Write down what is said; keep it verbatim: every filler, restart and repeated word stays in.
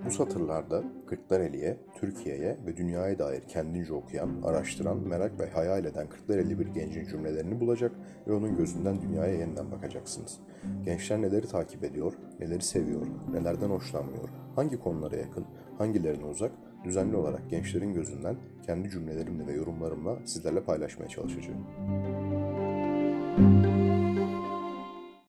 Bu satırlarda Kırklareli'ye, Türkiye'ye ve dünyaya dair kendince okuyan, araştıran, merak ve hayal eden Kırklareli bir gencin cümlelerini bulacak ve onun gözünden dünyaya yeniden bakacaksınız. Gençler neleri takip ediyor, neleri seviyor, nelerden hoşlanmıyor, hangi konulara yakın, hangilerine uzak, düzenli olarak gençlerin gözünden kendi cümlelerimle ve yorumlarımla sizlerle paylaşmaya çalışacağım.